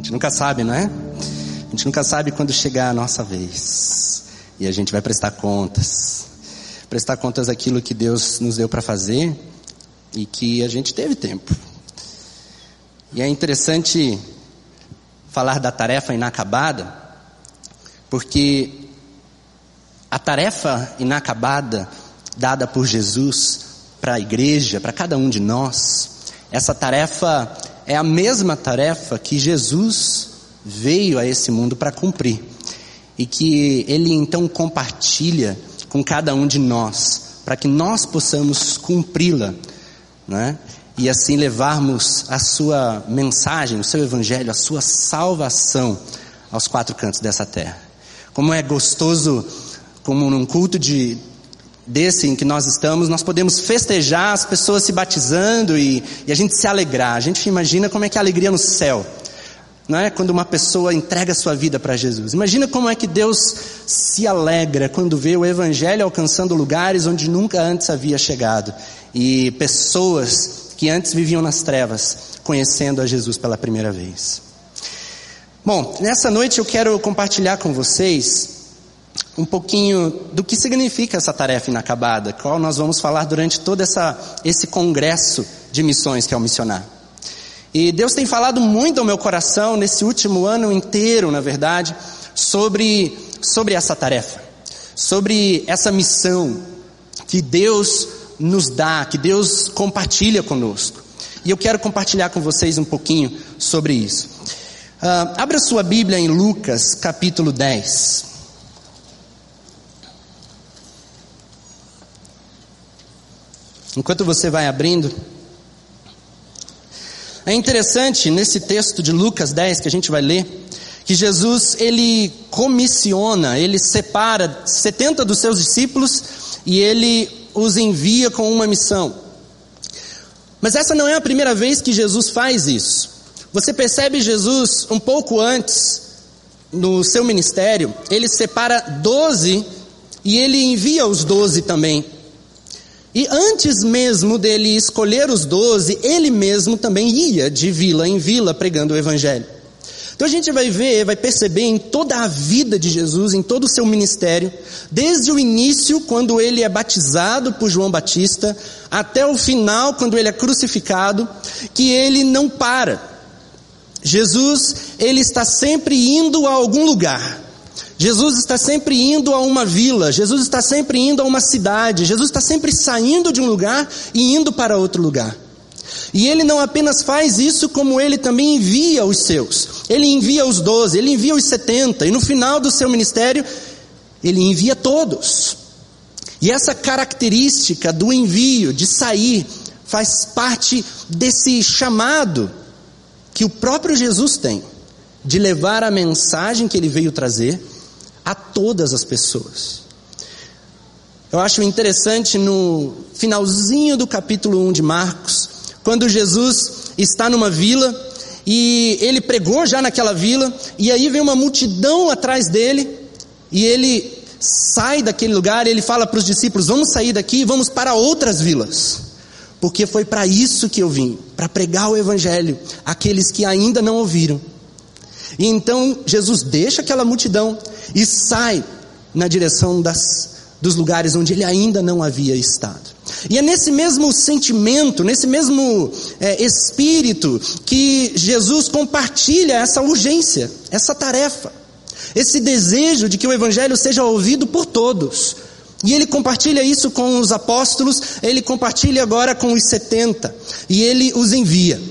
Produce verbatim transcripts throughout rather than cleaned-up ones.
gente nunca sabe, não é? A gente nunca sabe quando chegar a nossa vez. E a gente vai prestar contas. Prestar contas daquilo que Deus nos deu para fazer e que a gente teve tempo. E é interessante falar da tarefa inacabada, porque a tarefa inacabada dada por Jesus para a igreja, para cada um de nós, essa tarefa é a mesma tarefa que Jesus veio a esse mundo para cumprir. E que Ele então compartilha com cada um de nós, para que nós possamos cumpri-la, né? E assim levarmos a sua mensagem, o seu evangelho, a sua salvação aos quatro cantos dessa terra. Como é gostoso, como num culto de, desse em que nós estamos, nós podemos festejar as pessoas se batizando e, e a gente se alegrar. A gente imagina como é que é a alegria no céu, não é? Quando uma pessoa entrega a sua vida para Jesus. Imagina como é que Deus se alegra quando vê o evangelho alcançando lugares onde nunca antes havia chegado. E pessoas que antes viviam nas trevas, conhecendo a Jesus pela primeira vez. Bom, nessa noite eu quero compartilhar com vocês um pouquinho do que significa essa tarefa inacabada, qual nós vamos falar durante todo essa, esse congresso de missões que é o Missionar. E Deus tem falado muito ao meu coração nesse último ano inteiro, na verdade, sobre, sobre essa tarefa, sobre essa missão que Deus nos dá, que Deus compartilha conosco. E eu quero compartilhar com vocês um pouquinho sobre isso. Uh, abra sua Bíblia em Lucas capítulo dez. Enquanto você vai abrindo, é interessante nesse texto de Lucas dez que a gente vai ler, que Jesus, ele comissiona, ele separa setenta dos seus discípulos e ele os envia com uma missão. Mas essa não é a primeira vez que Jesus faz isso. Você percebe Jesus um pouco antes, no seu ministério, ele separa doze e ele envia os doze também. E antes mesmo dele escolher os doze, ele mesmo também ia de vila em vila pregando o evangelho. Então a gente vai ver, vai perceber em toda a vida de Jesus, em todo o seu ministério, desde o início, quando ele é batizado por João Batista, até o final, quando ele é crucificado, que ele não para. Jesus, ele está sempre indo a algum lugar. Jesus está sempre indo a uma vila, Jesus está sempre indo a uma cidade, Jesus está sempre saindo de um lugar e indo para outro lugar. E ele não apenas faz isso, como ele também envia os seus. Ele envia os doze, ele envia os setenta, e no final do seu ministério, ele envia todos. E essa característica do envio, de sair, faz parte desse chamado que o próprio Jesus tem, de levar a mensagem que ele veio trazer a todas as pessoas. Eu acho interessante no finalzinho do capítulo um de Marcos, quando Jesus está numa vila, e ele pregou já naquela vila, e aí vem uma multidão atrás dele, e ele sai daquele lugar, e ele fala para os discípulos, vamos sair daqui e vamos para outras vilas, porque foi para isso que eu vim, para pregar o evangelho, àqueles que ainda não ouviram. E então Jesus deixa aquela multidão, e sai na direção das, dos lugares onde ele ainda não havia estado. E é nesse mesmo sentimento, nesse mesmo é, espírito, que Jesus compartilha essa urgência, essa tarefa, esse desejo de que o evangelho seja ouvido por todos. E ele compartilha isso com os apóstolos, ele compartilha agora com os setenta, e ele os envia.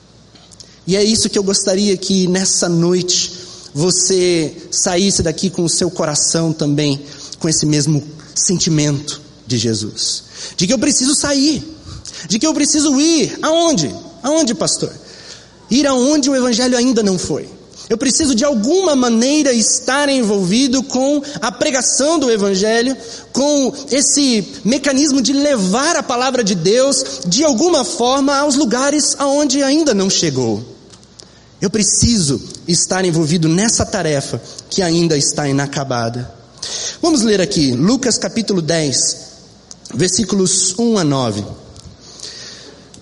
E é isso que eu gostaria que nessa noite você saísse daqui com o seu coração também, com esse mesmo sentimento de Jesus. De que eu preciso sair, de que eu preciso ir. Aonde? Aonde, pastor? Ir aonde o evangelho ainda não foi. Eu preciso de alguma maneira estar envolvido com a pregação do evangelho, com esse mecanismo de levar a palavra de Deus de alguma forma aos lugares aonde ainda não chegou. Eu preciso estar envolvido nessa tarefa que ainda está inacabada. Vamos ler aqui, Lucas capítulo dez, versículos um a nove.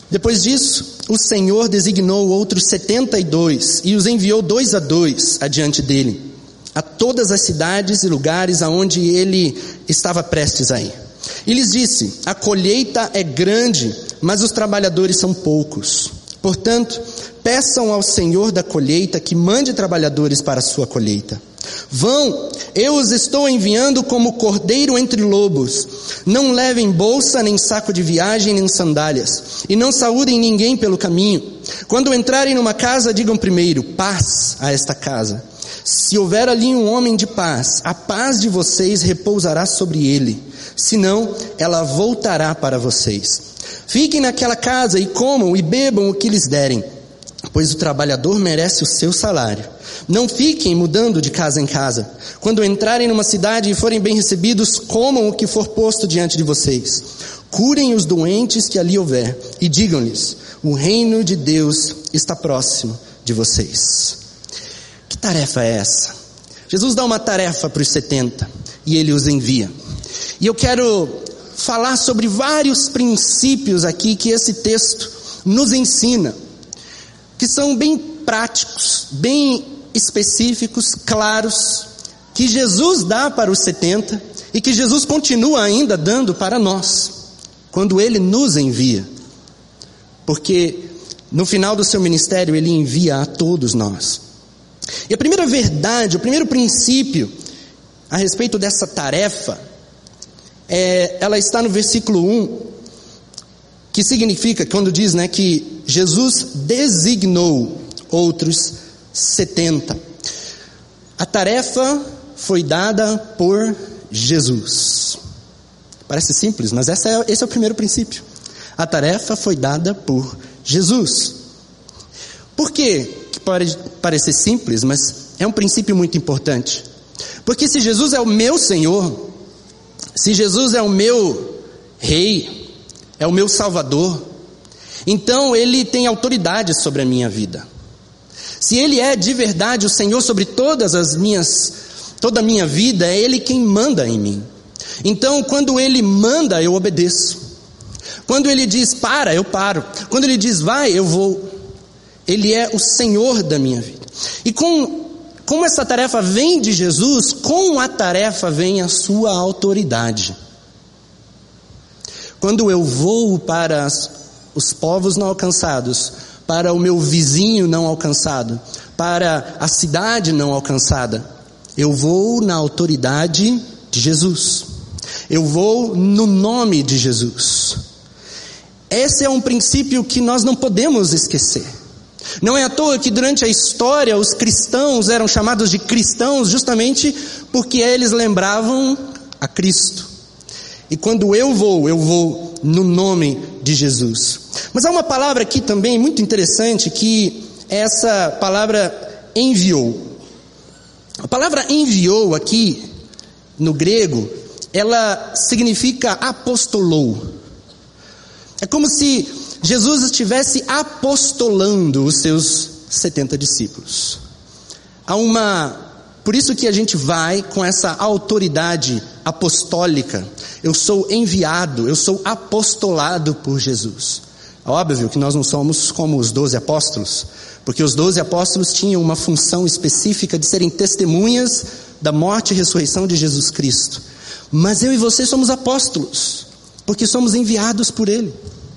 Depois disso, o Senhor designou outros setenta e dois e os enviou dois a dois adiante dele, a todas as cidades e lugares aonde ele estava prestes a ir. E lhes disse: a colheita é grande, mas os trabalhadores são poucos. Portanto, peçam ao Senhor da colheita que mande trabalhadores para a sua colheita. Vão, eu os estou enviando como cordeiro entre lobos. Não levem bolsa, nem saco de viagem, nem sandálias, e não saúdem ninguém pelo caminho. Quando entrarem numa casa, digam primeiro: paz a esta casa. Se houver ali um homem de paz, a paz de vocês repousará sobre ele. Senão, ela voltará para vocês. Fiquem naquela casa e comam e bebam o que lhes derem, pois o trabalhador merece o seu salário. Não fiquem mudando de casa em casa. Quando entrarem numa cidade e forem bem recebidos, comam o que for posto diante de vocês. Curem os doentes que ali houver e digam-lhes: o reino de Deus está próximo de vocês. Que tarefa é essa? Jesus dá uma tarefa para os setenta e ele os envia. E eu quero falar sobre vários princípios aqui que esse texto nos ensina, que são bem práticos, bem específicos, claros, que Jesus dá para os setenta e que Jesus continua ainda dando para nós, quando Ele nos envia. Porque no final do seu ministério Ele envia a todos nós. E a primeira verdade, o primeiro princípio a respeito dessa tarefa, é, ela está no versículo um, que significa, quando diz, né, que Jesus designou outros setenta. A tarefa foi dada por Jesus. Parece simples, mas essa é, esse é o primeiro princípio. A tarefa foi dada por Jesus. Por quê? Que pode parecer simples, mas é um princípio muito importante. Porque se Jesus é o meu Senhor, se Jesus é o meu Rei, é o meu Salvador, então Ele tem autoridade sobre a minha vida. Se Ele é de verdade o Senhor sobre todas as minhas, toda a minha vida, é Ele quem manda em mim. Então, quando Ele manda, eu obedeço. Quando Ele diz para, eu paro. Quando Ele diz vai, eu vou. Ele é o Senhor da minha vida. E com Como essa tarefa vem de Jesus, com a tarefa vem a sua autoridade. Quando eu vou para as, os povos não alcançados, para o meu vizinho não alcançado, para a cidade não alcançada, eu vou na autoridade de Jesus. Eu vou no nome de Jesus. Esse é um princípio que nós não podemos esquecer. Não é à toa que durante a história os cristãos eram chamados de cristãos justamente porque eles lembravam a Cristo. E quando eu vou, eu vou no nome de Jesus. Mas há uma palavra aqui também muito interessante, que é essa palavra enviou. A palavra enviou aqui no grego, ela significa apostolou. É como se Jesus estivesse apostolando os seus setenta discípulos. Há uma, por isso que a gente vai com essa autoridade apostólica. Eu sou enviado, eu sou apostolado por Jesus. É óbvio que nós não somos como os doze apóstolos, porque os doze apóstolos tinham uma função específica de serem testemunhas da morte e ressurreição de Jesus Cristo. Mas eu e você somos apóstolos, porque somos enviados por Ele.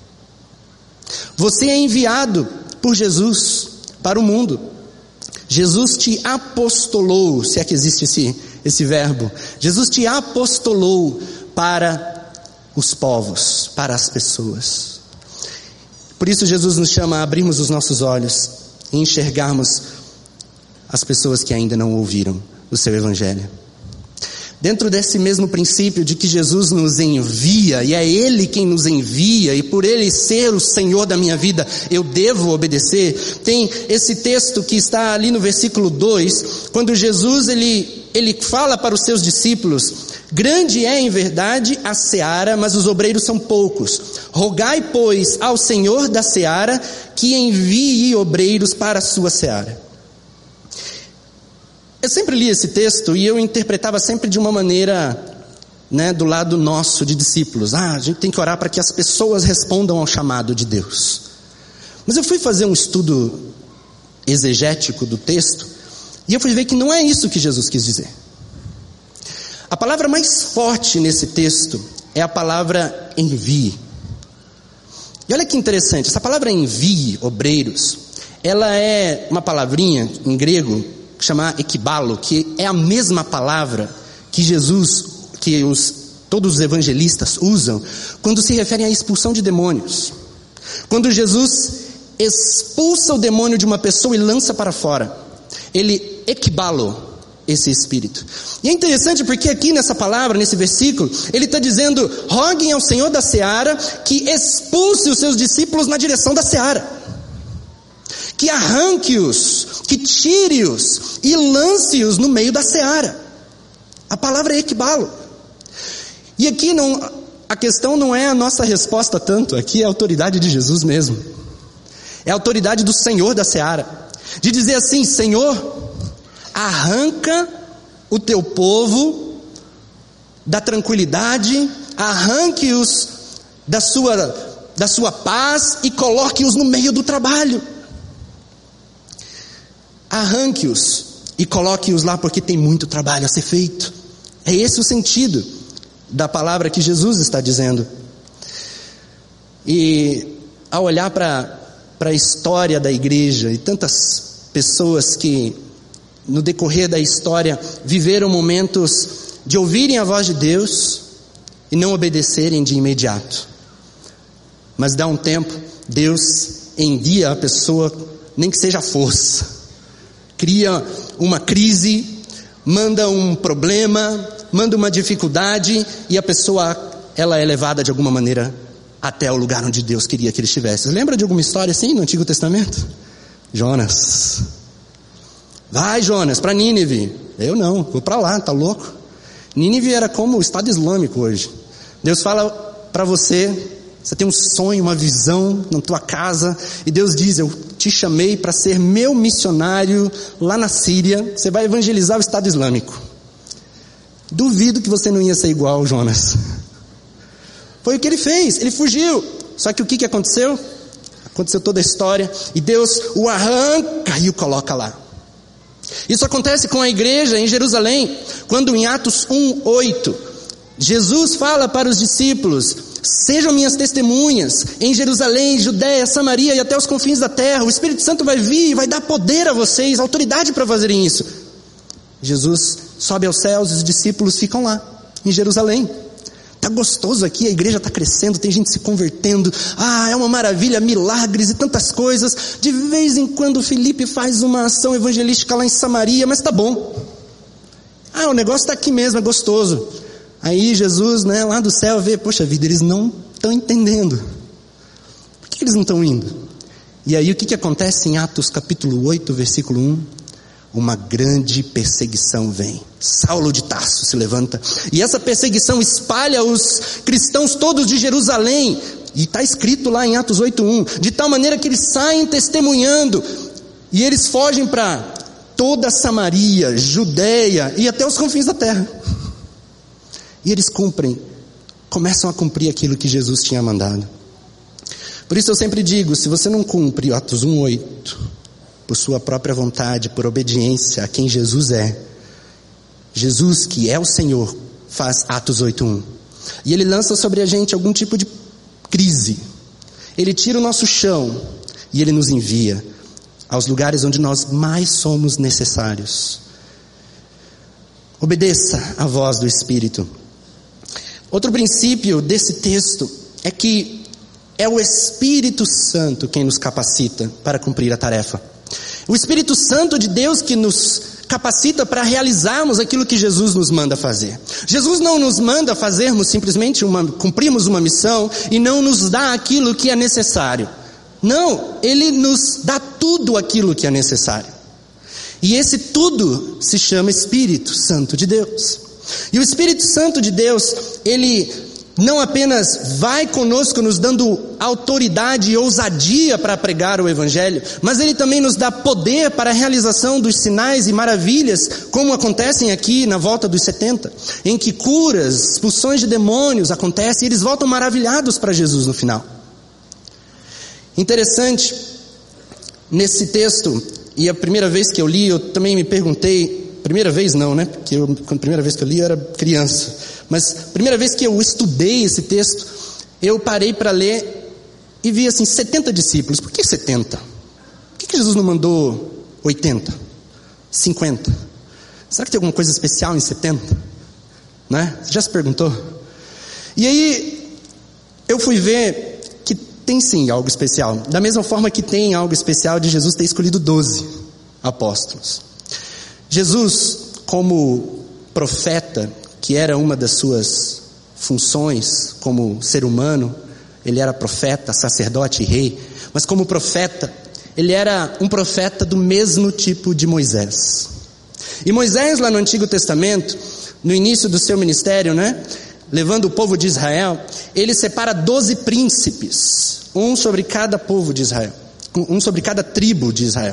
Você é enviado por Jesus para o mundo. Jesus te apostolou, se é que existe esse, esse verbo. Jesus te apostolou para os povos, para as pessoas. Por isso Jesus nos chama a abrirmos os nossos olhos e enxergarmos as pessoas que ainda não ouviram o seu evangelho. Dentro desse mesmo princípio de que Jesus nos envia, e é Ele quem nos envia, e por Ele ser o Senhor da minha vida, eu devo obedecer, tem esse texto que está ali no versículo dois, quando Jesus ele, ele fala para os seus discípulos: grande é em verdade a seara, mas os obreiros são poucos. Rogai, pois, ao Senhor da seara que envie obreiros para a sua seara. Eu sempre li esse texto e eu interpretava sempre de uma maneira né, do lado nosso de discípulos. Ah, a gente tem que orar para que as pessoas respondam ao chamado de Deus. Mas eu fui fazer um estudo exegético do texto, e eu fui ver que não é isso que Jesus quis dizer. A palavra mais forte nesse texto é a palavra envie. E olha que interessante, essa palavra envie, obreiros, ela é uma palavrinha em grego chamada ekbalo, que é a mesma palavra que Jesus, que os, todos os evangelistas usam quando se referem à expulsão de demônios. Quando Jesus expulsa o demônio de uma pessoa e lança para fora, ele ekbalo esse espírito. E é interessante porque aqui nessa palavra, nesse versículo, ele está dizendo: roguem ao Senhor da seara que expulse os seus discípulos na direção da seara, que arranque-os, que tire-os e lance-os no meio da seara. A palavra é ekbalo. E aqui não, a questão não é a nossa resposta tanto, aqui é a autoridade de Jesus mesmo. É a autoridade do Senhor da seara, de dizer assim: Senhor, arranca o teu povo da tranquilidade, arranque-os da sua, da sua paz e coloque-os no meio do trabalho. Arranque-os e coloque-os lá porque tem muito trabalho a ser feito. É esse o sentido da palavra que Jesus está dizendo. E ao olhar para para a história da igreja e tantas pessoas que no decorrer da história viveram momentos de ouvirem a voz de Deus e não obedecerem de imediato, mas dá um tempo, Deus envia a pessoa, nem que seja força, cria uma crise, manda um problema, manda uma dificuldade, e a pessoa, ela é levada de alguma maneira até o lugar onde Deus queria que ele estivesse. Lembra de alguma história assim no Antigo Testamento? Jonas. Vai, Jonas, para Nínive. Eu não, vou para lá, tá louco? Nínive era como o Estado Islâmico hoje. Deus fala para você, você tem um sonho, uma visão na tua casa, e Deus diz: eu te chamei para ser meu missionário lá na Síria, você vai evangelizar o Estado Islâmico. Duvido que você não ia ser igual, Jonas. Foi o que ele fez, ele fugiu. Só que o que, que aconteceu? Aconteceu toda a história, e Deus o arranca e o coloca lá. Isso acontece com a igreja em Jerusalém, quando em Atos um, oito, Jesus fala para os discípulos: sejam minhas testemunhas em Jerusalém, Judéia, Samaria e até os confins da terra. O Espírito Santo vai vir e vai dar poder a vocês, autoridade para fazerem isso. Jesus sobe aos céus e os discípulos ficam lá, em Jerusalém. Está gostoso aqui, a igreja está crescendo, tem gente se convertendo, ah, é uma maravilha, milagres e tantas coisas. De vez em quando Felipe faz uma ação evangelística lá em Samaria, mas tá bom. Ah, o negócio está aqui mesmo, é gostoso. Aí Jesus, né, lá do céu vê, poxa vida, eles não estão entendendo. Por que eles não estão indo? E aí o que, que acontece em Atos capítulo oito, versículo um? Uma grande perseguição vem. Saulo de Tarso se levanta, e essa perseguição espalha os cristãos todos de Jerusalém, e está escrito lá em Atos oito, um, de tal maneira que eles saem testemunhando, e eles fogem para toda Samaria, Judéia e até os confins da terra, e eles cumprem, começam a cumprir aquilo que Jesus tinha mandado. Por isso eu sempre digo, se você não cumpre Atos um, oito, por sua própria vontade, por obediência a quem Jesus é, Jesus, que é o Senhor, faz Atos oito, um, e Ele lança sobre a gente algum tipo de crise, Ele tira o nosso chão, e Ele nos envia aos lugares onde nós mais somos necessários. Obedeça a voz do Espírito. Outro princípio desse texto é que é o Espírito Santo quem nos capacita para cumprir a tarefa. O Espírito Santo de Deus que nos capacita para realizarmos aquilo que Jesus nos manda fazer. Jesus não nos manda fazermos simplesmente uma, cumprirmos uma missão e não nos dá aquilo que é necessário. Não, Ele nos dá tudo aquilo que é necessário. E esse tudo se chama Espírito Santo de Deus. E o Espírito Santo de Deus, Ele não apenas vai conosco nos dando autoridade e ousadia para pregar o Evangelho, mas Ele também nos dá poder para a realização dos sinais e maravilhas, como acontecem aqui na volta dos setenta, em que curas, expulsões de demônios acontecem e eles voltam maravilhados para Jesus no final. Interessante, nesse texto, e a primeira vez que eu li, eu também me perguntei, primeira vez não, né? Porque eu, a primeira vez que eu li eu era criança. Mas a primeira vez que eu estudei esse texto, eu parei para ler e vi assim, setenta discípulos. Por que setenta? Por que Jesus não mandou oitenta? cinquenta? Será que tem alguma coisa especial em setenta? Né? Você já se perguntou? E aí, eu fui ver que tem sim algo especial. Da mesma forma que tem algo especial de Jesus ter escolhido doze apóstolos. Jesus, como profeta, que era uma das suas funções como ser humano, ele era profeta, sacerdote e rei, mas como profeta, ele era um profeta do mesmo tipo de Moisés. E Moisés, lá no Antigo Testamento, no início do seu ministério, né, levando o povo de Israel, ele separa doze príncipes, um sobre cada povo de Israel, um sobre cada tribo de Israel.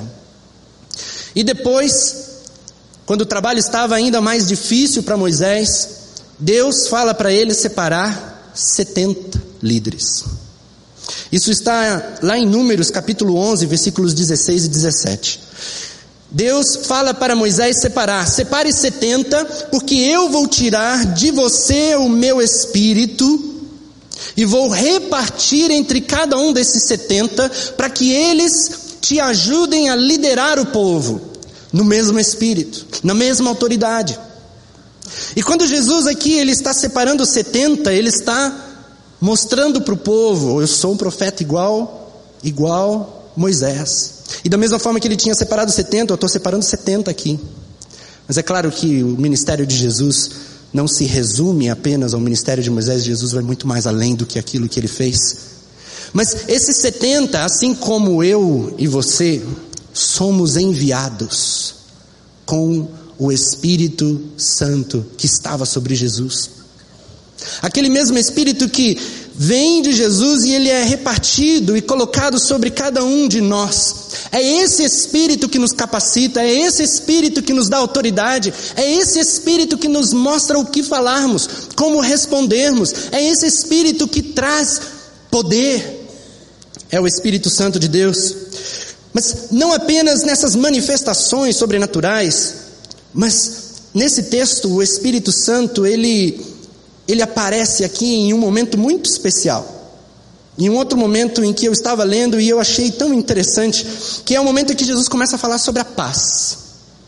E depois, quando o trabalho estava ainda mais difícil para Moisés, Deus fala para ele separar setenta líderes. Isso está lá em Números capítulo onze, versículos dezesseis e dezessete. Deus fala para Moisés separar, separe setenta, porque eu vou tirar de você o meu espírito e vou repartir entre cada um desses setenta, para que eles te ajudem a liderar o povo, no mesmo espírito, na mesma autoridade. E quando Jesus aqui, ele está separando setenta, ele está mostrando para o povo, eu sou um profeta igual, igual Moisés. E da mesma forma que ele tinha separado setenta, eu estou separando setenta aqui. Mas é claro que o ministério de Jesus não se resume apenas ao ministério de Moisés. Jesus vai muito mais além do que aquilo que ele fez. Mas esses setenta, assim como eu e você, somos enviados com o Espírito Santo que estava sobre Jesus. Aquele mesmo Espírito que vem de Jesus e ele é repartido e colocado sobre cada um de nós. É esse Espírito que nos capacita, é esse Espírito que nos dá autoridade, é esse Espírito que nos mostra o que falarmos, como respondermos, é esse Espírito que traz poder. É o Espírito Santo de Deus. Mas não apenas nessas manifestações sobrenaturais, mas nesse texto o Espírito Santo, ele, ele aparece aqui em um momento muito especial. Em um outro momento em que eu estava lendo e eu achei tão interessante, que é o momento em que Jesus começa a falar sobre a paz.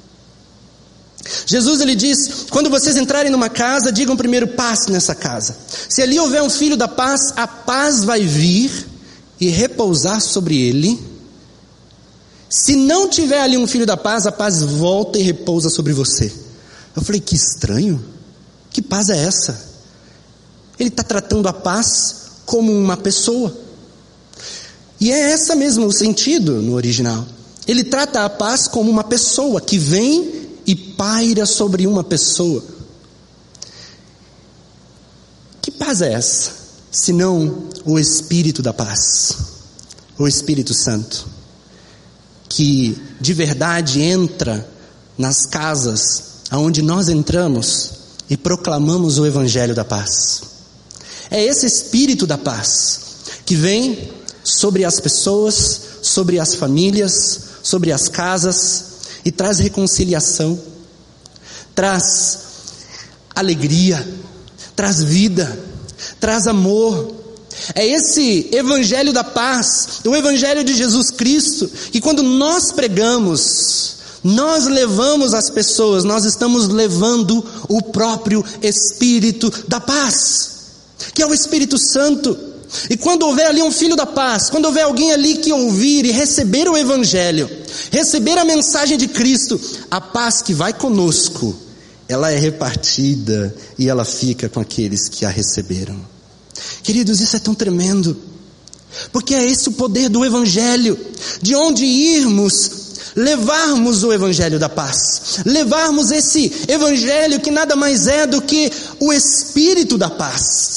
Jesus, ele diz, quando vocês entrarem numa casa, digam primeiro paz nessa casa. Se ali houver um filho da paz, a paz vai vir e repousar sobre ele. Se não tiver ali um filho da paz, a paz volta e repousa sobre você. Eu falei, que estranho, que paz é essa? Ele está tratando a paz como uma pessoa. E é esse mesmo o sentido no original. Ele trata a paz como uma pessoa que vem e paira sobre uma pessoa. Que paz é essa? Senão o Espírito da paz, o Espírito Santo, que de verdade entra nas casas aonde nós entramos e proclamamos o Evangelho da paz. É esse Espírito da paz que vem sobre as pessoas, sobre as famílias, sobre as casas e traz reconciliação, traz alegria, traz vida, traz amor. É esse Evangelho da paz, o Evangelho de Jesus Cristo, que quando nós pregamos, nós levamos as pessoas, nós estamos levando o próprio Espírito da paz, que é o Espírito Santo. E quando houver ali um filho da paz, quando houver alguém ali que ouvir e receber o Evangelho, receber a mensagem de Cristo, a paz que vai conosco, ela é repartida e ela fica com aqueles que a receberam. Queridos, isso é tão tremendo, porque é esse o poder do Evangelho, de onde irmos, levarmos o Evangelho da paz, levarmos esse Evangelho que nada mais é do que o Espírito da paz,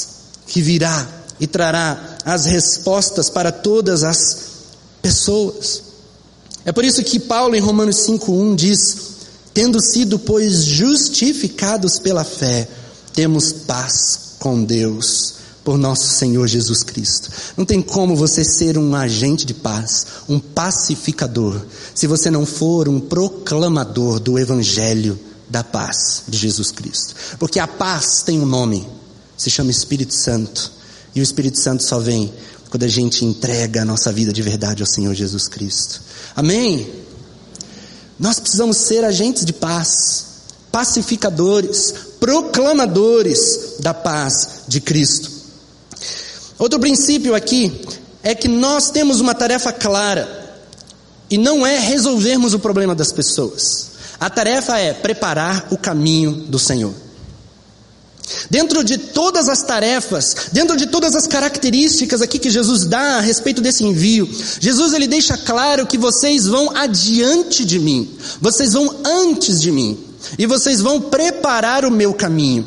que virá e trará as respostas para todas as pessoas. É por isso que Paulo em Romanos cinco um diz: tendo sido, pois, justificados pela fé, temos paz com Deus por nosso Senhor Jesus Cristo. Não tem como você ser um agente de paz, um pacificador, se você não for um proclamador do Evangelho da paz de Jesus Cristo. Porque a paz tem um nome, se chama Espírito Santo. E o Espírito Santo só vem quando a gente entrega a nossa vida de verdade ao Senhor Jesus Cristo. Amém? Nós precisamos ser agentes de paz, pacificadores, proclamadores da paz de Cristo. Outro princípio aqui é que nós temos uma tarefa clara, e não é resolvermos o problema das pessoas. A tarefa é preparar o caminho do Senhor. Dentro de todas as tarefas, dentro de todas as características aqui que Jesus dá a respeito desse envio, Jesus ele deixa claro que vocês vão adiante de mim, vocês vão antes de mim, e vocês vão preparar o meu caminho.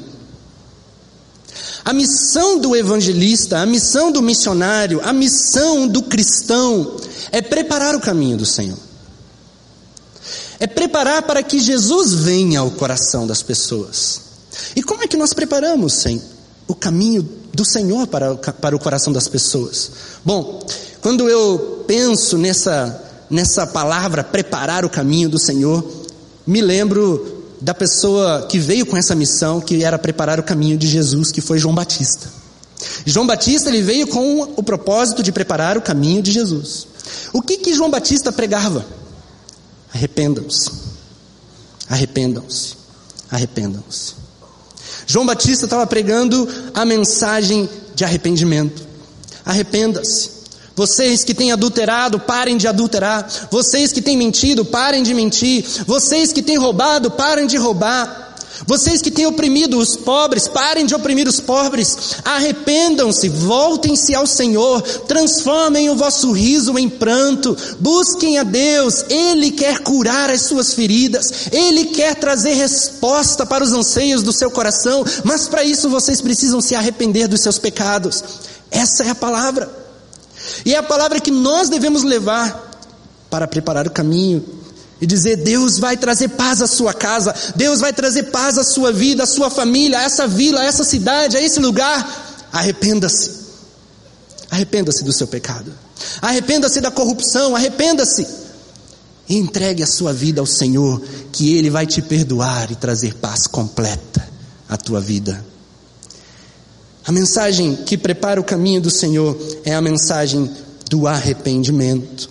A missão do evangelista, a missão do missionário, a missão do cristão é preparar o caminho do Senhor. É preparar para que Jesus venha ao coração das pessoas. E como é que nós preparamos, Senhor, o caminho do Senhor para, para o coração das pessoas? Bom, quando eu penso nessa, nessa palavra, preparar o caminho do Senhor, me lembro da pessoa que veio com essa missão, que era preparar o caminho de Jesus, que foi João Batista. João Batista ele veio com o propósito de preparar o caminho de Jesus. O que que João Batista pregava? Arrependam-se, arrependam-se, arrependam-se. João Batista estava pregando a mensagem de arrependimento. Arrependa-se. Vocês que têm adulterado, parem de adulterar. Vocês que têm mentido, parem de mentir. Vocês que têm roubado, parem de roubar. Vocês que têm oprimido os pobres, parem de oprimir os pobres. Arrependam-se, voltem-se ao Senhor, transformem o vosso riso em pranto, busquem a Deus. Ele quer curar as suas feridas, Ele quer trazer resposta para os anseios do seu coração, mas para isso vocês precisam se arrepender dos seus pecados. Essa é a palavra, e é a palavra que nós devemos levar para preparar o caminho e dizer: Deus vai trazer paz à sua casa, Deus vai trazer paz à sua vida, à sua família, a essa vila, a essa cidade, a esse lugar. Arrependa-se, arrependa-se do seu pecado, arrependa-se da corrupção, arrependa-se e entregue a sua vida ao Senhor, que Ele vai te perdoar e trazer paz completa à tua vida. A mensagem que prepara o caminho do Senhor é a mensagem do arrependimento.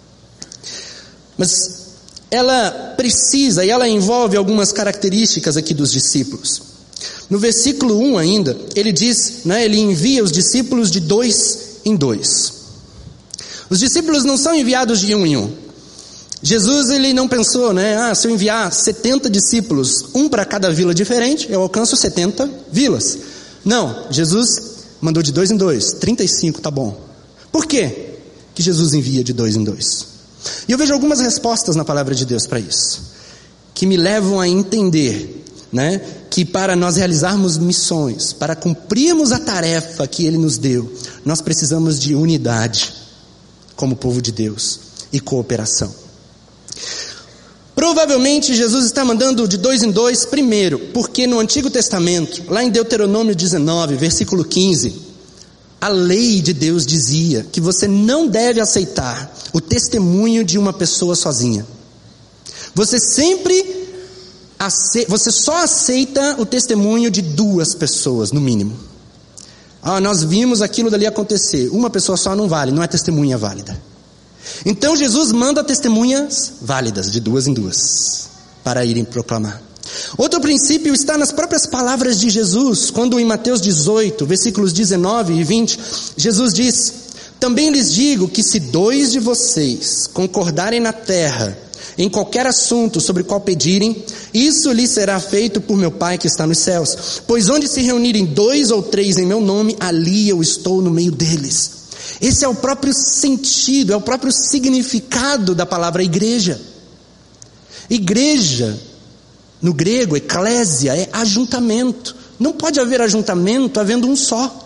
Mas ela precisa e ela envolve algumas características aqui dos discípulos. No versículo um ainda, ele diz, né, ele envia os discípulos de dois em dois. Os discípulos não são enviados de um em um. Jesus ele não pensou, né, ah, se eu enviar setenta discípulos, um para cada vila diferente, eu alcanço setenta vilas. Não, Jesus mandou de dois em dois, trinta e cinco, tá bom. Por quê que Jesus envia de dois em dois? E eu vejo algumas respostas na palavra de Deus para isso, que me levam a entender, né, que para nós realizarmos missões, para cumprirmos a tarefa que Ele nos deu, nós precisamos de unidade como povo de Deus e cooperação. Provavelmente Jesus está mandando de dois em dois, primeiro, porque no Antigo Testamento, lá em Deuteronômio dezenove, versículo quinze, a lei de Deus dizia que você não deve aceitar o testemunho de uma pessoa sozinha. Você sempre, ace... você só aceita o testemunho de duas pessoas, no mínimo. Ah, nós vimos aquilo dali acontecer, uma pessoa só não vale, não é testemunha válida. Então Jesus manda testemunhas válidas, de duas em duas, para irem proclamar. Outro princípio está nas próprias palavras de Jesus, quando em Mateus dezoito, versículos dezenove e vinte, Jesus diz: também lhes digo que se dois de vocês concordarem na terra, em qualquer assunto sobre o qual pedirem, isso lhes será feito por meu Pai que está nos céus. Pois onde se reunirem dois ou três em meu nome, ali eu estou no meio deles. Esse é o próprio sentido, é o próprio significado da palavra igreja. Igreja, no grego, eclésia, é ajuntamento. Não pode haver ajuntamento havendo um só.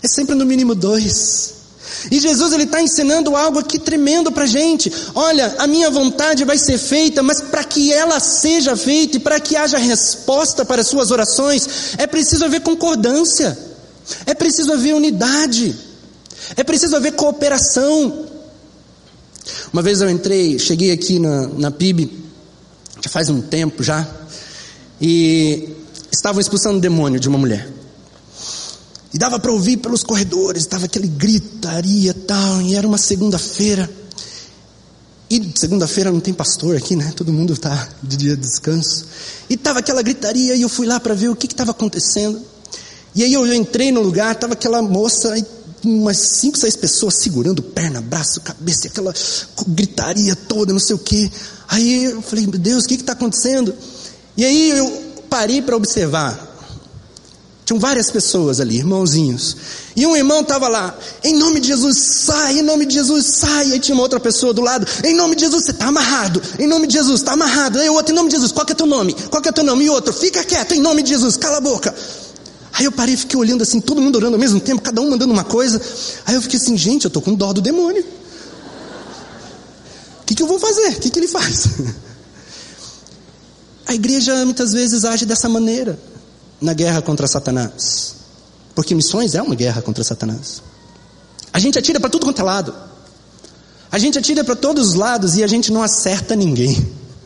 É sempre no mínimo dois. E Jesus ele está ensinando algo aqui tremendo para a gente. Olha, a minha vontade vai ser feita, mas para que ela seja feita e para que haja resposta para as suas orações, é preciso haver concordância, é preciso haver unidade, é preciso haver cooperação. Uma vez eu entrei, cheguei aqui na, na P I B, já faz um tempo já, e estavam expulsando o demônio de uma mulher. E dava para ouvir pelos corredores, estava aquele gritaria e tal, e era uma segunda-feira. E segunda-feira não tem pastor aqui, né? Todo mundo está de dia de descanso. E estava aquela gritaria, e eu fui lá para ver o que estava acontecendo. E aí eu entrei no lugar, estava aquela moça, e umas cinco, seis pessoas segurando perna, braço, cabeça, aquela gritaria toda, não sei o quê. Aí eu falei, meu Deus, o que está acontecendo? E aí eu parei para observar. Tinham várias pessoas ali, irmãozinhos. E um irmão estava lá, em nome de Jesus, sai, em nome de Jesus, sai. E aí tinha uma outra pessoa do lado, em nome de Jesus, você está amarrado, em nome de Jesus, está amarrado. Aí o outro, em nome de Jesus, qual que é teu nome? Qual que é teu nome? E o outro, fica quieto, em nome de Jesus, cala a boca. Aí eu parei e fiquei olhando assim, todo mundo orando ao mesmo tempo, cada um mandando uma coisa. Aí eu fiquei assim, gente, eu estou com dó do demônio. O que, que eu vou fazer? O que, que ele faz? A igreja muitas vezes age dessa maneira na guerra contra Satanás, porque missões é uma guerra contra Satanás. A gente atira para tudo quanto é lado, a gente atira para todos os lados e a gente não acerta ninguém.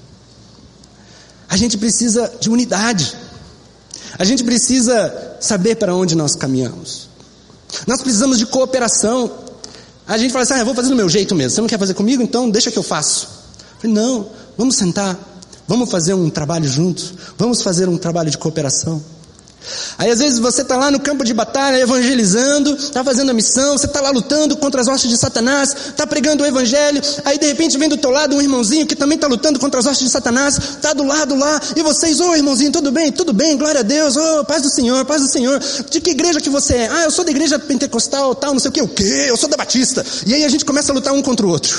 A gente precisa de unidade, a gente precisa saber para onde nós caminhamos, nós precisamos de cooperação. A gente fala assim, ah, eu vou fazer do meu jeito mesmo, você não quer fazer comigo? Então deixa que eu faço. Eu falei, não, vamos sentar, vamos fazer um trabalho juntos, vamos fazer um trabalho de cooperação. Aí às vezes você está lá no campo de batalha evangelizando, está fazendo a missão, você está lá lutando contra as hostes de Satanás, está pregando o evangelho, aí de repente vem do teu lado um irmãozinho que também está lutando contra as hostes de Satanás, está do lado lá, e vocês, ô oh, irmãozinho, tudo bem? Tudo bem, glória a Deus, ô oh, paz do Senhor, paz do Senhor. De que igreja que você é? Ah, eu sou da igreja pentecostal, tal, não sei o que, o quê? Eu sou da Batista. E aí a gente começa a lutar um contra o outro.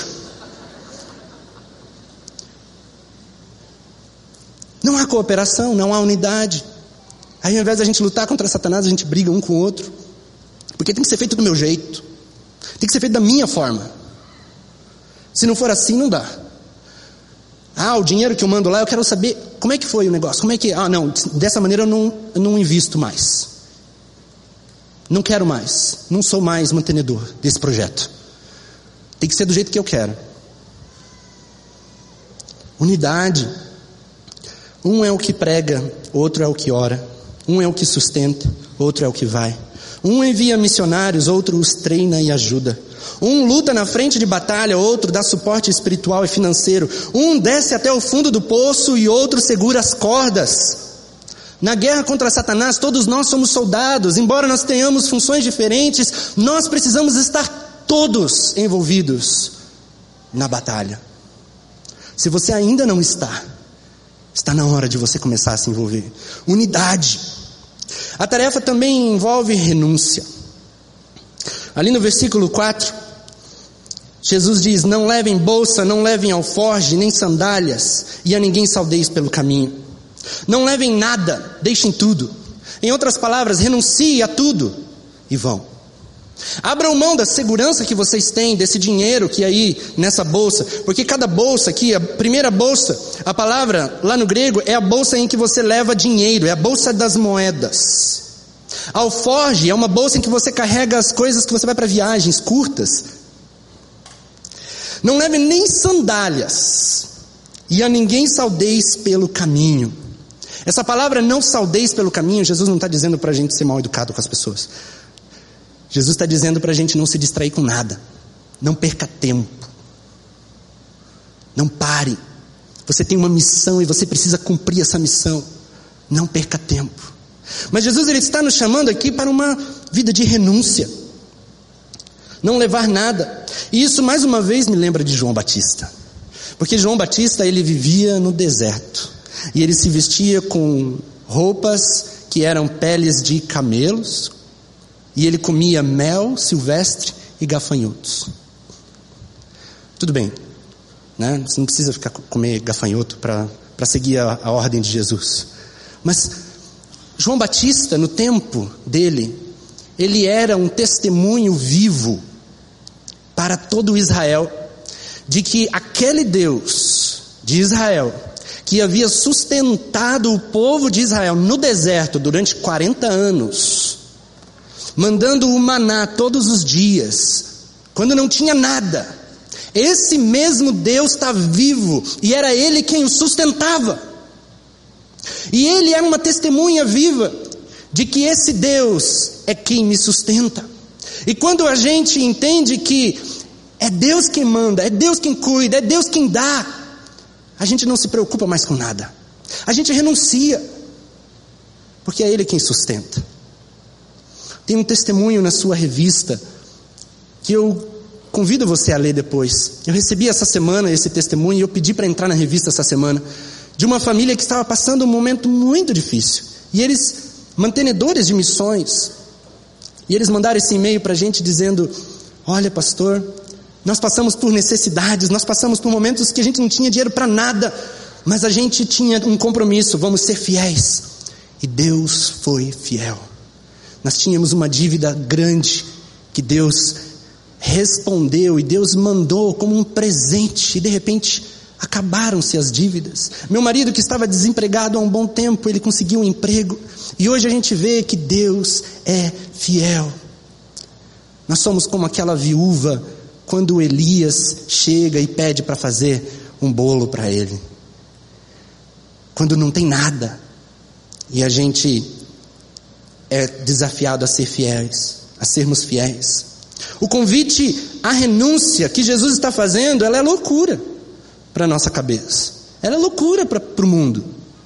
Não há cooperação, não há unidade. Aí ao invés da gente lutar contra Satanás, a gente briga um com o outro. Porque tem que ser feito do meu jeito, tem que ser feito da minha forma. Se não for assim, não dá. Ah, o dinheiro que eu mando lá, eu quero saber como é que foi o negócio. Como é que... Ah, não, dessa maneira eu não, eu não invisto mais. Não quero mais. Não sou mais mantenedor desse projeto. Tem que ser do jeito que eu quero. Unidade. Um é o que prega, outro é o que ora. Um é o que sustenta, outro é o que vai. Um envia missionários, outro os treina e ajuda. Um luta na frente de batalha, outro dá suporte espiritual e financeiro. Um desce até o fundo do poço e outro segura as cordas. Na guerra contra Satanás, todos nós somos soldados. Embora nós tenhamos funções diferentes, nós precisamos estar todos envolvidos na batalha. Se você ainda não está, está na hora de você começar a se envolver. Unidade. A tarefa também envolve renúncia. Ali no versículo quatro, Jesus diz, não levem bolsa, não levem alforje, nem sandálias, e a ninguém saudeis pelo caminho. Não levem nada, deixem tudo. Em outras palavras, renuncie a tudo e vão. Abram mão da segurança que vocês têm, desse dinheiro que é aí nessa bolsa, porque cada bolsa aqui, a primeira bolsa, a palavra lá no grego é a bolsa em que você leva dinheiro, é a bolsa das moedas. Alforge é uma bolsa em que você carrega as coisas que você vai para viagens curtas. Não leve nem sandálias, e a ninguém saudeis pelo caminho. Essa palavra não saudeis pelo caminho, Jesus não está dizendo para a gente ser mal educado com as pessoas. Jesus está dizendo para a gente não se distrair com nada. Não perca tempo. Não pare. Você tem uma missão e você precisa cumprir essa missão. Não perca tempo. Mas Jesus ele está nos chamando aqui para uma vida de renúncia. Não levar nada. E isso mais uma vez me lembra de João Batista. Porque João Batista ele vivia no deserto. E ele se vestia com roupas que eram peles de camelos. E ele comia mel silvestre e gafanhotos. Tudo bem, né? Você não precisa ficar comer gafanhoto para para seguir a, a ordem de Jesus. Mas João Batista, no tempo dele, ele era um testemunho vivo para todo Israel, de que aquele Deus de Israel, que havia sustentado o povo de Israel no deserto durante quarenta anos, mandando o maná todos os dias, quando não tinha nada, esse mesmo Deus está vivo, e era Ele quem o sustentava, e Ele era uma testemunha viva, de que esse Deus é quem me sustenta. E quando a gente entende que é Deus quem manda, é Deus quem cuida, é Deus quem dá, a gente não se preocupa mais com nada, a gente renuncia, porque é Ele quem sustenta. Tem um testemunho na sua revista, que eu convido você a ler depois. Eu recebi essa semana esse testemunho, e eu pedi para entrar na revista essa semana, de uma família que estava passando um momento muito difícil, e eles, mantenedores de missões, e eles mandaram esse e-mail para a gente dizendo: olha, pastor, nós passamos por necessidades, nós passamos por momentos que a gente não tinha dinheiro para nada, mas a gente tinha um compromisso, vamos ser fiéis, e Deus foi fiel. Nós tínhamos uma dívida grande, que Deus respondeu, e Deus mandou como um presente, e de repente acabaram-se as dívidas. Meu marido, que estava desempregado há um bom tempo, ele conseguiu um emprego, e hoje a gente vê que Deus é fiel. Nós somos como aquela viúva, quando Elias chega e pede para fazer um bolo para ele, quando não tem nada, e a gente é desafiado a ser fiéis, a sermos fiéis. O convite à renúncia que Jesus está fazendo, ela é loucura para a nossa cabeça, ela é loucura para o mundo,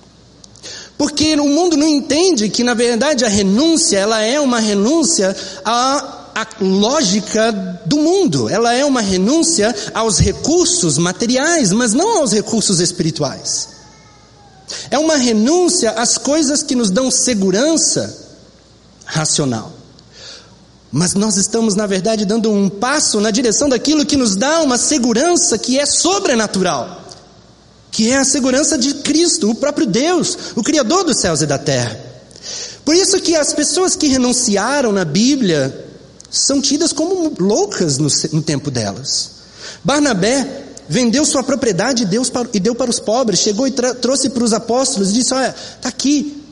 porque o mundo não entende que na verdade a renúncia, ela é uma renúncia à, à lógica do mundo, ela é uma renúncia aos recursos materiais, mas não aos recursos espirituais. É uma renúncia às coisas que nos dão segurança racional. Mas nós estamos, na verdade, dando um passo na direção daquilo que nos dá uma segurança que é sobrenatural, que é a segurança de Cristo, o próprio Deus, o Criador dos céus e da terra. Por isso que as pessoas que renunciaram na Bíblia são tidas como loucas no, no tempo delas. Barnabé vendeu sua propriedade e deu para, e deu para os pobres, chegou e tra- trouxe para os apóstolos e disse: olha, está aqui.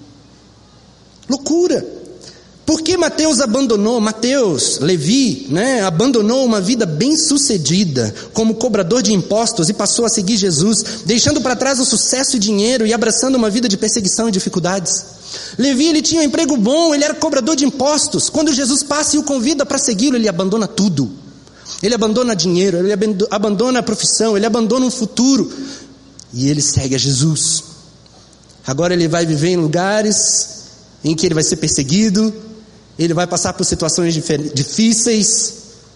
Loucura. Por que Mateus abandonou, Mateus, Levi, né, abandonou uma vida bem sucedida como cobrador de impostos e passou a seguir Jesus, deixando para trás o sucesso e dinheiro e abraçando uma vida de perseguição e dificuldades? Levi, ele tinha um emprego bom, ele era cobrador de impostos. Quando Jesus passa e o convida para segui-lo, ele abandona tudo. Ele abandona dinheiro, ele abandona a profissão, ele abandona um futuro, e ele segue a Jesus. Agora ele vai viver em lugares em que ele vai ser perseguido, ele vai passar por situações difíceis.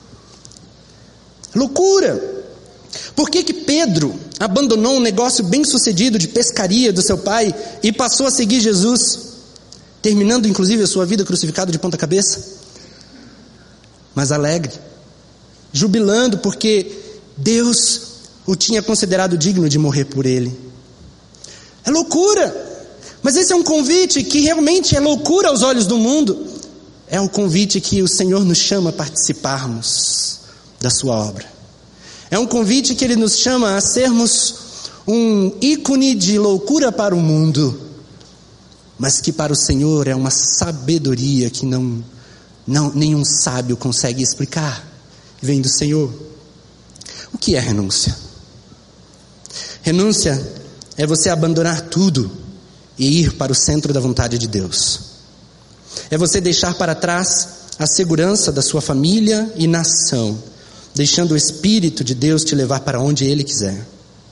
Loucura! Por que que Pedro abandonou um negócio bem sucedido de pescaria do seu pai e passou a seguir Jesus, terminando inclusive a sua vida crucificado de ponta cabeça? Mas alegre, jubilando, porque Deus o tinha considerado digno de morrer por ele. É loucura! Mas esse é um convite que realmente é loucura aos olhos do mundo. É o convite que o Senhor nos chama a participarmos da sua obra. É um convite que Ele nos chama a sermos um ícone de loucura para o mundo, mas que para o Senhor é uma sabedoria que não, não, nenhum sábio consegue explicar. Vem do Senhor. O que é renúncia? Renúncia é você abandonar tudo e ir para o centro da vontade de Deus. É você deixar para trás a segurança da sua família e nação, deixando o Espírito de Deus te levar para onde Ele quiser.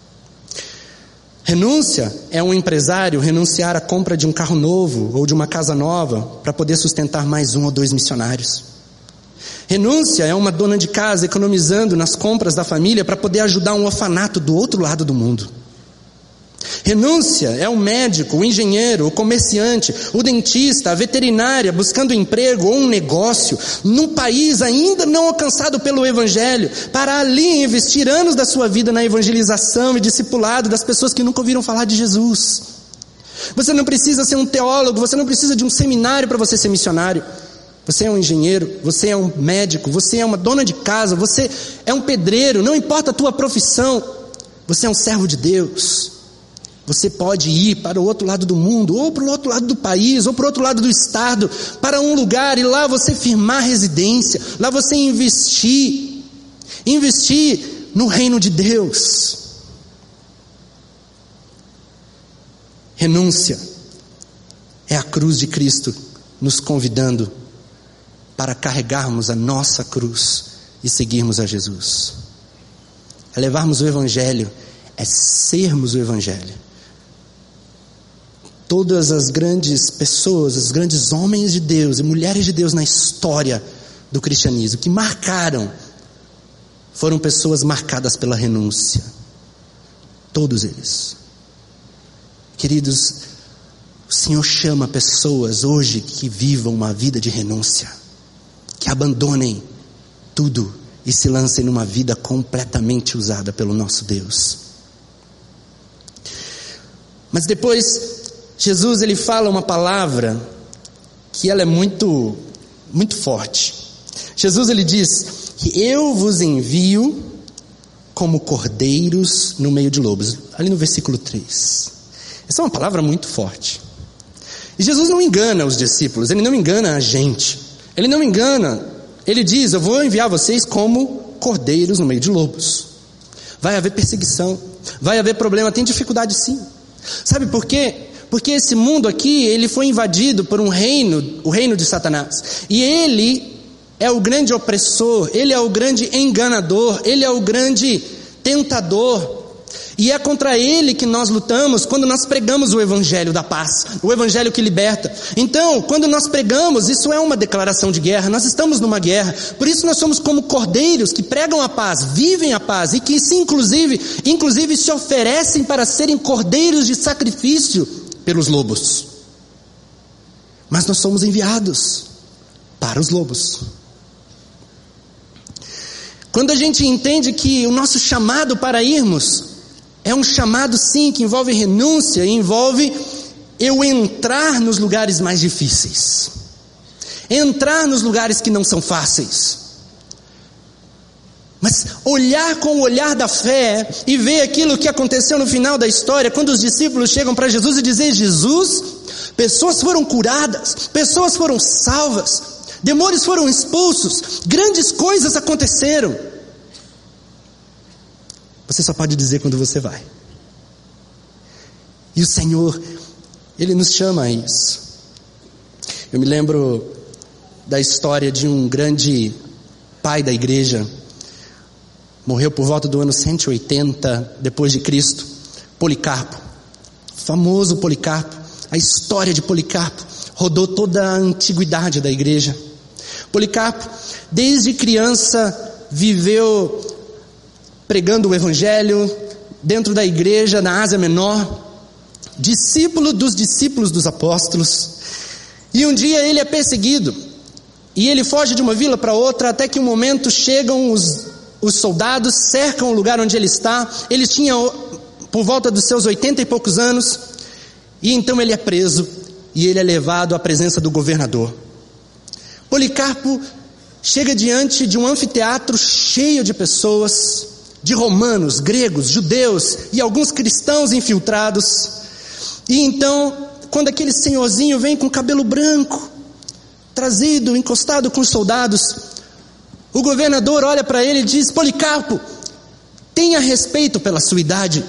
Renúncia é um empresário renunciar à compra de um carro novo ou de uma casa nova para poder sustentar mais um ou dois missionários. Renúncia é uma dona de casa economizando nas compras da família para poder ajudar um orfanato do outro lado do mundo. Renúncia é o médico, o engenheiro, o comerciante, o dentista, a veterinária buscando emprego ou um negócio num país ainda não alcançado pelo Evangelho, para ali investir anos da sua vida na evangelização e discipulado das pessoas que nunca ouviram falar de Jesus. Você não precisa ser um teólogo, você não precisa de um seminário para você ser missionário. você é um engenheiro, você é um médico, você é uma dona de casa, você é um pedreiro, não importa a tua profissão, você é um servo de Deus. Você pode ir para o outro lado do mundo, ou para o outro lado do país, ou para o outro lado do estado, para um lugar e lá você firmar residência, lá você investir, investir no reino de Deus. Renúncia é a cruz de Cristo nos convidando para carregarmos a nossa cruz e seguirmos a Jesus. É levarmos o Evangelho, é sermos o Evangelho. Todas as grandes pessoas, os grandes homens de Deus e mulheres de Deus na história do cristianismo, que marcaram, foram pessoas marcadas pela renúncia. Todos eles. Queridos, o Senhor chama pessoas hoje que vivam uma vida de renúncia, que abandonem tudo e se lancem numa vida completamente usada pelo nosso Deus. Mas depois, Jesus ele fala uma palavra que ela é muito, muito forte. Jesus ele diz que eu vos envio como cordeiros no meio de lobos. Ali no versículo três. Essa é uma palavra muito forte. E Jesus não engana os discípulos, ele não engana a gente. Ele não engana, ele diz, eu vou enviar vocês como cordeiros no meio de lobos. Vai haver perseguição, vai haver problema, tem dificuldade sim. Sabe por quê? Porque esse mundo aqui, ele foi invadido por um reino, o reino de Satanás. E ele é o grande opressor, ele é o grande enganador, ele é o grande tentador. E é contra ele que nós lutamos quando nós pregamos o evangelho da paz, o evangelho que liberta. Então, quando nós pregamos, isso é uma declaração de guerra, nós estamos numa guerra. Por isso nós somos como cordeiros que pregam a paz, vivem a paz e que se inclusive, inclusive se oferecem para serem cordeiros de sacrifício pelos lobos. Mas nós somos enviados para os lobos. Quando a gente entende que o nosso chamado para irmos é um chamado sim que envolve renúncia, envolve eu entrar nos lugares mais difíceis, entrar nos lugares que não são fáceis, mas olhar com o olhar da fé e ver aquilo que aconteceu no final da história, quando os discípulos chegam para Jesus e dizem, Jesus, pessoas foram curadas, pessoas foram salvas, demônios foram expulsos, grandes coisas aconteceram. Você só pode dizer quando você vai. E o Senhor, Ele nos chama a isso. Eu me lembro da história de um grande pai da igreja, morreu por volta do ano cento e oitenta depois de Cristo, Policarpo, famoso Policarpo. A história de Policarpo rodou toda a antiguidade da igreja. Policarpo, desde criança, viveu pregando o evangelho dentro da igreja na Ásia Menor, discípulo dos discípulos dos apóstolos. E um dia ele é perseguido e ele foge de uma vila para outra, até que um momento chegam os, os soldados, cercam o lugar onde ele está. Ele tinha por volta dos seus oitenta e poucos anos, e então ele é preso e ele é levado à presença do governador. Policarpo chega diante de um anfiteatro cheio de pessoas, de romanos, gregos, judeus e alguns cristãos infiltrados. E então, quando aquele senhorzinho vem com cabelo branco, trazido, encostado com os soldados, o governador olha para ele e diz, Policarpo, tenha respeito pela sua idade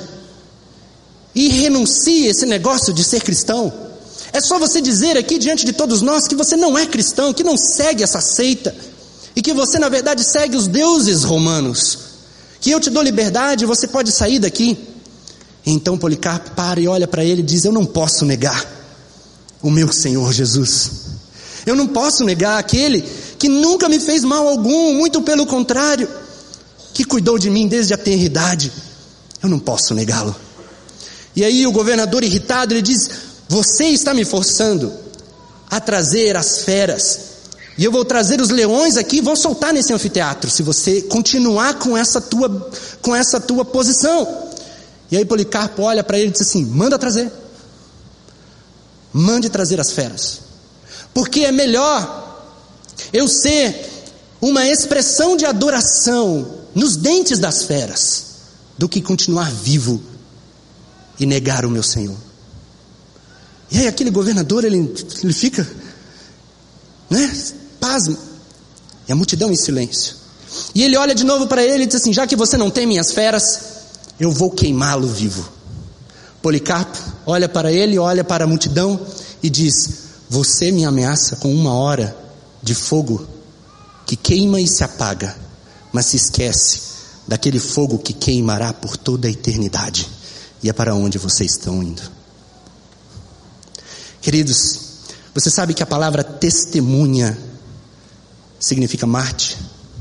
e renuncie esse negócio de ser cristão. É só você dizer aqui diante de todos nós que você não é cristão, que não segue essa seita, e que você na verdade segue os deuses romanos, que eu te dou liberdade e você pode sair daqui. Então Policarpo para e olha para ele e diz, eu não posso negar o meu Senhor Jesus, eu não posso negar aquele que nunca me fez mal algum, muito pelo contrário, que cuidou de mim desde a tenra idade, eu não posso negá-lo. E aí o governador irritado, ele diz, você está me forçando a trazer as feras, e eu vou trazer os leões aqui e vou soltar nesse anfiteatro, se você continuar com essa tua, com essa tua posição. E aí Policarpo olha para ele e diz assim, manda trazer, mande trazer as feras, porque é melhor eu ser uma expressão de adoração nos dentes das feras, do que continuar vivo e negar o meu Senhor. E aí aquele governador, ele, ele fica, né, pasmo, e a multidão em silêncio. E ele olha de novo para ele e diz assim: já que você não tem minhas feras, eu vou queimá-lo vivo. Policarpo olha para ele, olha para a multidão e diz: você me ameaça com uma hora de fogo que queima e se apaga, mas se esquece daquele fogo que queimará por toda a eternidade. E é para onde vocês estão indo. Queridos, você sabe que a palavra testemunha significa Marte?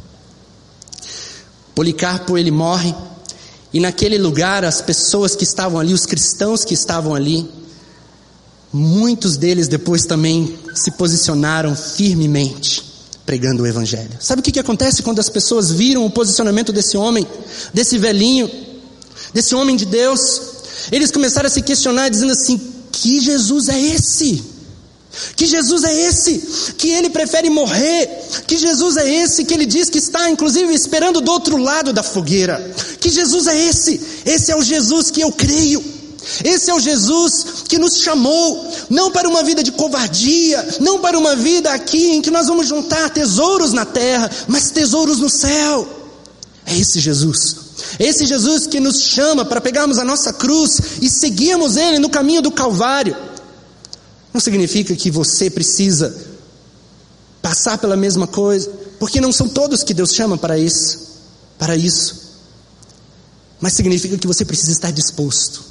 Policarpo, ele morre, e naquele lugar as pessoas que estavam ali, os cristãos que estavam ali, muitos deles depois também se posicionaram firmemente pregando o evangelho. Sabe o que, que acontece quando as pessoas viram o posicionamento desse homem, desse velhinho, desse homem de Deus? Eles começaram a se questionar, dizendo assim: que Jesus é esse? Que Jesus é esse? Que ele prefere morrer? Que Jesus é esse que ele diz que está inclusive esperando do outro lado da fogueira? Que Jesus é esse? Esse é o Jesus que eu creio. Esse é o Jesus que nos chamou, não para uma vida de covardia, não para uma vida aqui em que nós vamos juntar tesouros na terra, mas tesouros no céu. É esse Jesus. Esse Jesus que nos chama para pegarmos a nossa cruz e seguirmos Ele no caminho do Calvário. Não significa que você precisa passar pela mesma coisa, porque não são todos que Deus chama para isso, para isso. Mas significa que você precisa estar disposto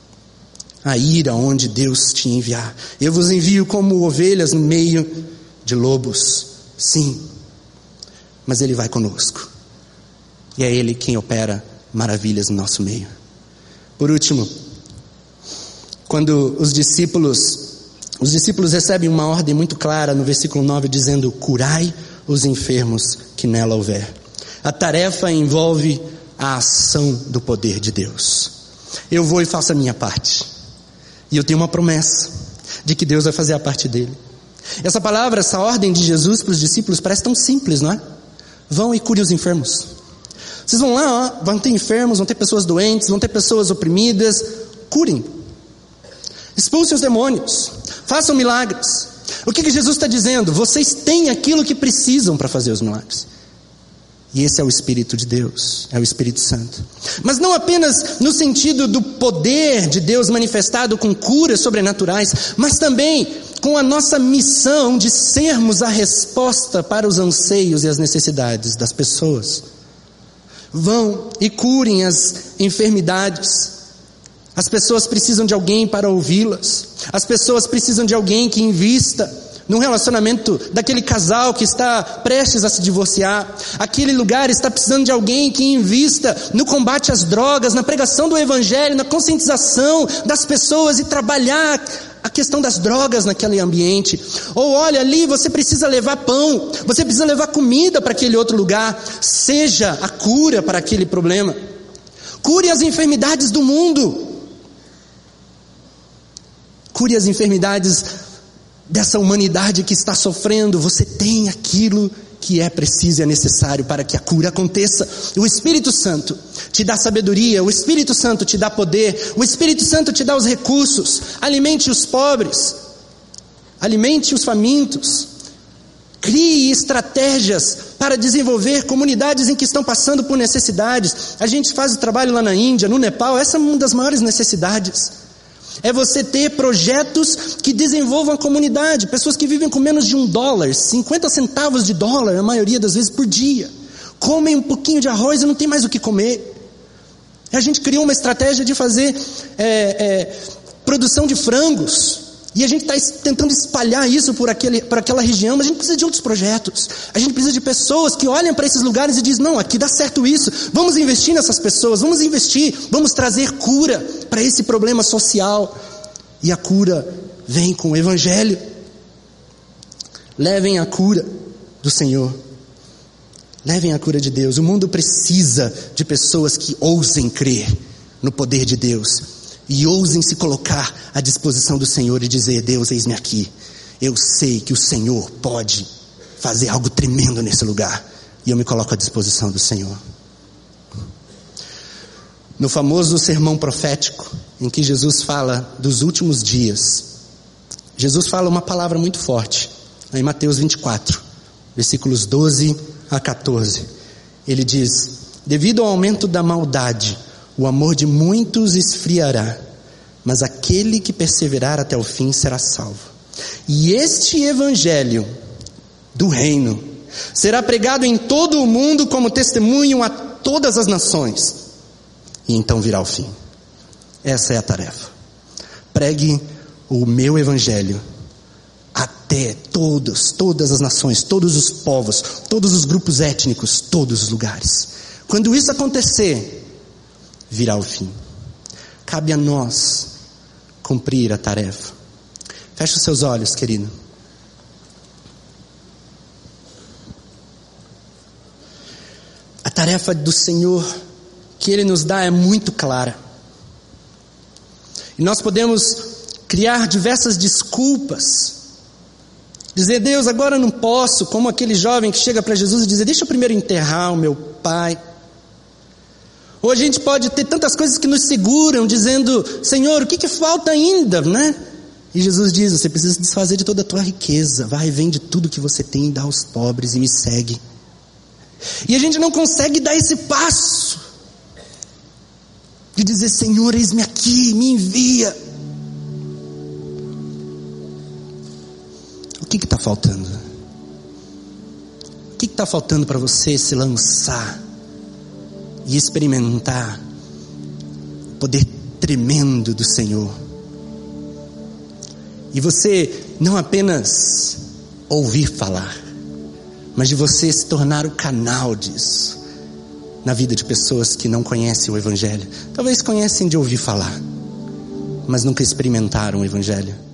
a ir aonde Deus te enviar. Eu vos envio como ovelhas no meio de lobos. Sim, mas Ele vai conosco. E é Ele quem opera maravilhas no nosso meio. Por último, quando os discípulos, os discípulos recebem uma ordem muito clara no versículo nove, dizendo: curai os enfermos que nela houver. A tarefa envolve a ação do poder de Deus. Eu vou e faço a minha parte. E eu tenho uma promessa de que Deus vai fazer a parte dele. Essa palavra, essa ordem de Jesus para os discípulos parece tão simples, não é? Vão e curem os enfermos. Vocês vão lá, ó, vão ter enfermos, vão ter pessoas doentes, vão ter pessoas oprimidas. Curem. Expulsem os demônios. Façam milagres. O que que Jesus está dizendo? Vocês têm aquilo que precisam para fazer os milagres. E esse é o Espírito de Deus, é o Espírito Santo. Mas não apenas no sentido do poder de Deus manifestado com curas sobrenaturais, mas também com a nossa missão de sermos a resposta para os anseios e as necessidades das pessoas. Vão e curem as enfermidades. As pessoas precisam de alguém para ouvi-las. As pessoas precisam de alguém que invista num relacionamento daquele casal que está prestes a se divorciar. Aquele lugar está precisando de alguém que invista no combate às drogas, na pregação do evangelho, na conscientização das pessoas e trabalhar a questão das drogas naquele ambiente. Ou olha, ali você precisa levar pão, você precisa levar comida para aquele outro lugar. Seja a cura para aquele problema. Cure as enfermidades do mundo. Cure as enfermidades dessa humanidade que está sofrendo. Você tem aquilo que é preciso e é necessário para que a cura aconteça. O Espírito Santo te dá sabedoria, o Espírito Santo te dá poder, o Espírito Santo te dá os recursos. Alimente os pobres, alimente os famintos, crie estratégias para desenvolver comunidades em que estão passando por necessidades. A gente faz o trabalho lá na Índia, no Nepal. Essa é uma das maiores necessidades. É você ter projetos que desenvolvam a comunidade. Pessoas que vivem com menos de um dólar, cinquenta centavos de dólar, a maioria das vezes por dia. Comem um pouquinho de arroz e não tem mais o que comer. A gente criou uma estratégia de fazer é, é, produção de frangos. E a gente está tentando espalhar isso por, aquele, por aquela região, mas a gente precisa de outros projetos. A gente precisa de pessoas que olham para esses lugares e dizem: não, aqui dá certo isso. Vamos investir nessas pessoas, vamos investir, vamos trazer cura para esse problema social. E a cura vem com o Evangelho. Levem a cura do Senhor. Levem a cura de Deus. O mundo precisa de pessoas que ousem crer no poder de Deus. E ousem se colocar à disposição do Senhor e dizer: Deus, eis-me aqui. Eu sei que o Senhor pode fazer algo tremendo nesse lugar. E eu me coloco à disposição do Senhor. No famoso sermão profético, em que Jesus fala dos últimos dias, Jesus fala uma palavra muito forte, em Mateus vinte e quatro, versículos doze a quatorze. Ele diz: devido ao aumento da maldade, o amor de muitos esfriará, mas aquele que perseverar até o fim será salvo. E este evangelho do reino será pregado em todo o mundo como testemunho a todas as nações, e então virá o fim. Essa é a tarefa. Pregue o meu evangelho até todos, todas as nações, todos os povos, todos os grupos étnicos, todos os lugares. Quando isso acontecer, virá o fim. Cabe a nós cumprir a tarefa. Feche os seus olhos, querido. A tarefa do Senhor que Ele nos dá é muito clara. E nós podemos criar diversas desculpas. Dizer: Deus, agora eu não posso, como aquele jovem que chega para Jesus e diz: deixa eu primeiro enterrar o meu pai. Ou a gente pode ter tantas coisas que nos seguram, dizendo: Senhor, o que, que falta ainda, né? E Jesus diz: você precisa se desfazer de toda a tua riqueza, vai e vende tudo que você tem e dá aos pobres e me segue. E a gente não consegue dar esse passo de dizer: Senhor, eis-me aqui, me envia. O que está faltando? O que está faltando para você se lançar e experimentar o poder tremendo do Senhor? E você não apenas ouvir falar, mas de você se tornar o canal disso na vida de pessoas que não conhecem o Evangelho. Talvez conhecem de ouvir falar, mas nunca experimentaram o Evangelho.